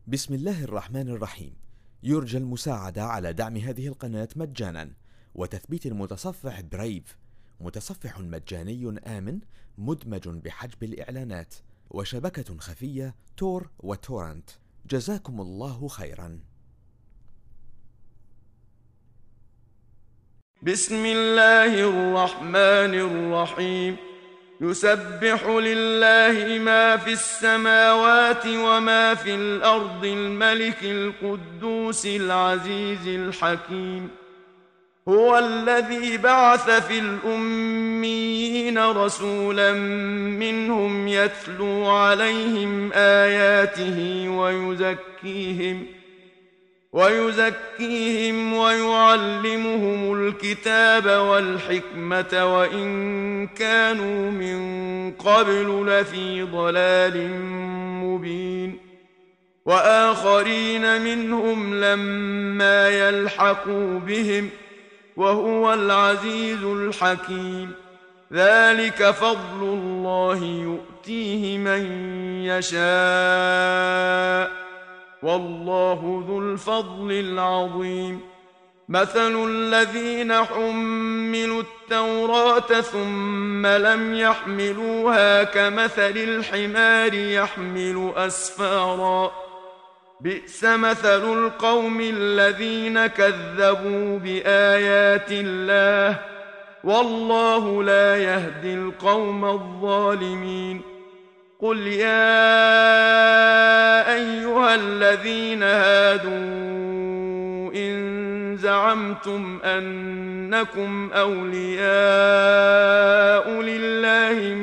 بسم الله الرحمن الرحيم. يرجى المساعدة على دعم هذه القناة مجانا وتثبيت المتصفح برايف، متصفح مجاني آمن مدمج بحجب الإعلانات وشبكة خفية تور وتورنت. جزاكم الله خيرا. بسم الله الرحمن الرحيم. يسبح لله ما في السماوات وما في الأرض، الملك القدوس العزيز الحكيم. هو الذي بعث في الأميين رسولا منهم يتلو عليهم آياته ويزكيهم ويعلمهم الكتاب والحكمة وإن كانوا من قبل لفي ضلال مبين. وآخرين منهم لما يلحقوا بهم وهو العزيز الحكيم. ذلك فضل الله يؤتيه من يشاء والله ذو الفضل العظيم. مثل الذين حملوا التوراة ثم لم يحملوها كمثل الحمار يحمل أسفارا، بئس مثل القوم الذين كذبوا بآيات الله والله لا يهدي القوم الظالمين. قل يا أيها الذين هادوا إن زعمتم أنكم أولياء لله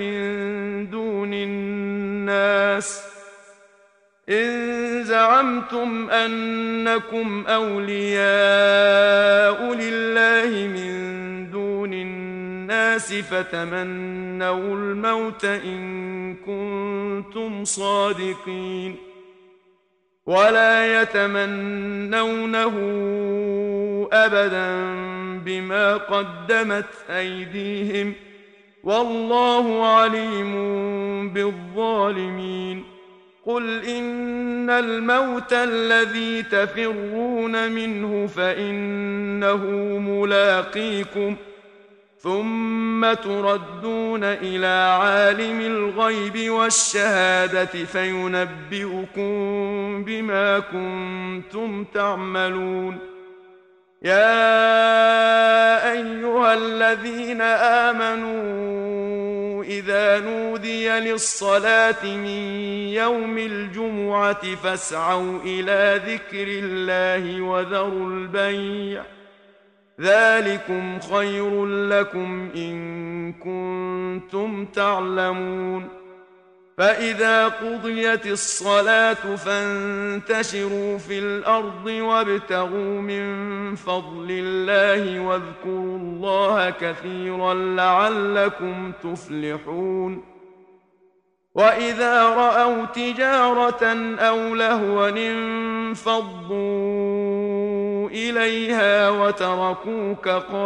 من دون الناس فتمنوا الموت إن كنتم صادقين، ولا يتمنونه أبدا بما قدمت أيديهم والله عليم بالظالمين. قل إن الموت الذي تفرون منه فإنه ملاقيكم، ثم تردون إلى عالم الغيب والشهادة فينبئكم بما كنتم تعملون. يا أيها الذين آمنوا إذا نودي للصلاة من يوم الجمعة فاسعوا إلى ذكر الله وذروا البيع، ذلكم خير لكم إن كنتم تعلمون. فإذا قضيت الصلاة فانتشروا في الأرض وابتغوا من فضل الله واذكروا الله كثيرا لعلكم تفلحون. وإذا رأوا تجارة أو لهوا انفضوا إليها وتركوك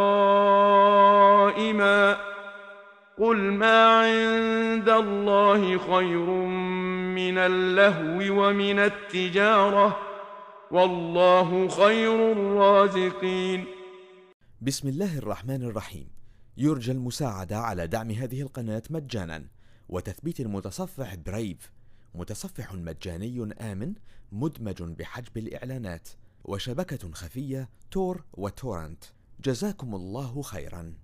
قائما. قل ما عند الله خير من اللهو ومن التجارة والله خير الرازقين. بسم الله الرحمن الرحيم. يرجى المساعدة على دعم هذه القناة مجانا وتثبيت المتصفح برايف، متصفح مجاني آمن مدمج بحجب الإعلانات وشبكة خفية تور وتورنت. جزاكم الله خيرا.